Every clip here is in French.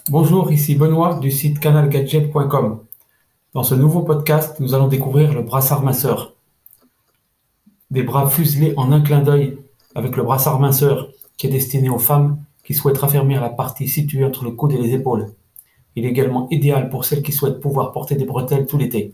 Bonjour, ici Benoît du site canalgadget.com. Dans ce nouveau podcast, nous allons découvrir le brassard minceur. Des bras fuselés en un clin d'œil avec le brassard minceur qui est destiné aux femmes qui souhaitent raffermir la partie située entre le coude et les épaules. Il est également idéal pour celles qui souhaitent pouvoir porter des bretelles tout l'été.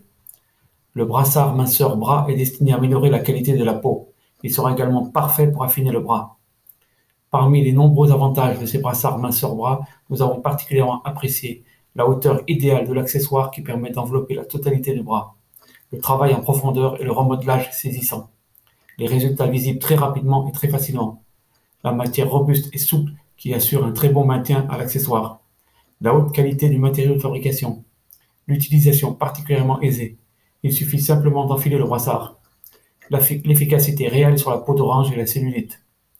Le brassard minceur bras est destiné à améliorer la qualité de la peau. Il sera également parfait pour affiner le bras. Parmi les nombreux avantages de ces brassards minceur bras, nous avons particulièrement apprécié la hauteur idéale de l'accessoire qui permet d'envelopper la totalité du bras, le travail en profondeur et le remodelage saisissant, les résultats visibles très rapidement et très facilement, la matière robuste et souple qui assure un très bon maintien à l'accessoire, la haute qualité du matériau de fabrication, l'utilisation particulièrement aisée. Il suffit simplement d'enfiler le brassard, l'efficacité réelle sur la peau d'orange et la cellulite.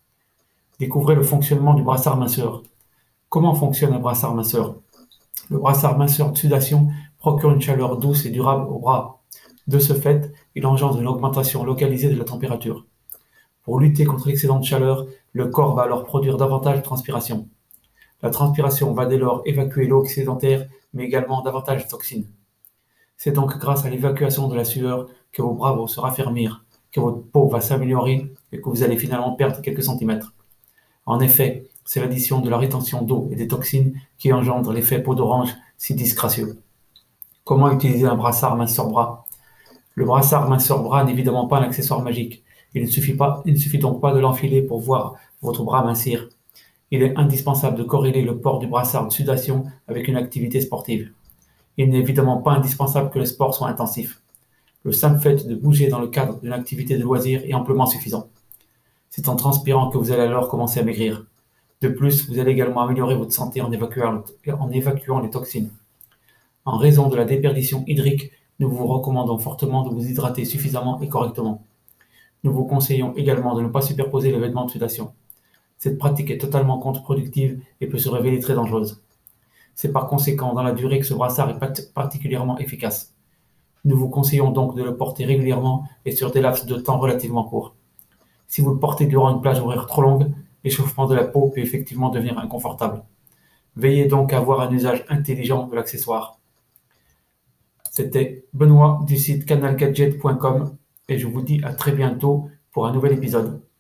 Découvrez le fonctionnement du brassard minceur. Comment fonctionne un brassard minceur? Le brassard minceur de sudation procure une chaleur douce et durable au bras. De ce fait, il engendre une augmentation localisée de la température. Pour lutter contre l'excédent de chaleur, le corps va alors produire davantage de transpiration. La transpiration va dès lors évacuer l'eau excédentaire, mais également davantage de toxines. C'est donc grâce à l'évacuation de la sueur que vos bras vont se raffermir, que votre peau va s'améliorer et que vous allez finalement perdre quelques centimètres. En effet, c'est l'addition de la rétention d'eau et des toxines qui engendre l'effet peau d'orange si disgracieux. Comment utiliser un brassard minceur bras? Le brassard minceur bras n'est évidemment pas un accessoire magique. Il ne suffit donc pas de l'enfiler pour voir votre bras mincir. Il est indispensable de corréler le port du brassard de sudation avec une activité sportive. Il n'est évidemment pas indispensable que le sport soit intensif. Le simple fait de bouger dans le cadre d'une activité de loisir est amplement suffisant. C'est en transpirant que vous allez alors commencer à maigrir. De plus, vous allez également améliorer votre santé en évacuant les toxines. En raison de la déperdition hydrique, nous vous recommandons fortement de vous hydrater suffisamment et correctement. Nous vous conseillons également de ne pas superposer les vêtements de sudation. Cette pratique est totalement contre-productive et peut se révéler très dangereuse. C'est par conséquent dans la durée que ce brassard est particulièrement efficace. Nous vous conseillons donc de le porter régulièrement et sur des laps de temps relativement courts. Si vous le portez durant une plage horaire trop longue, l'échauffement de la peau peut effectivement devenir inconfortable. Veillez donc à avoir un usage intelligent de l'accessoire. C'était Benoît du site canalgadget.com et je vous dis à très bientôt pour un nouvel épisode.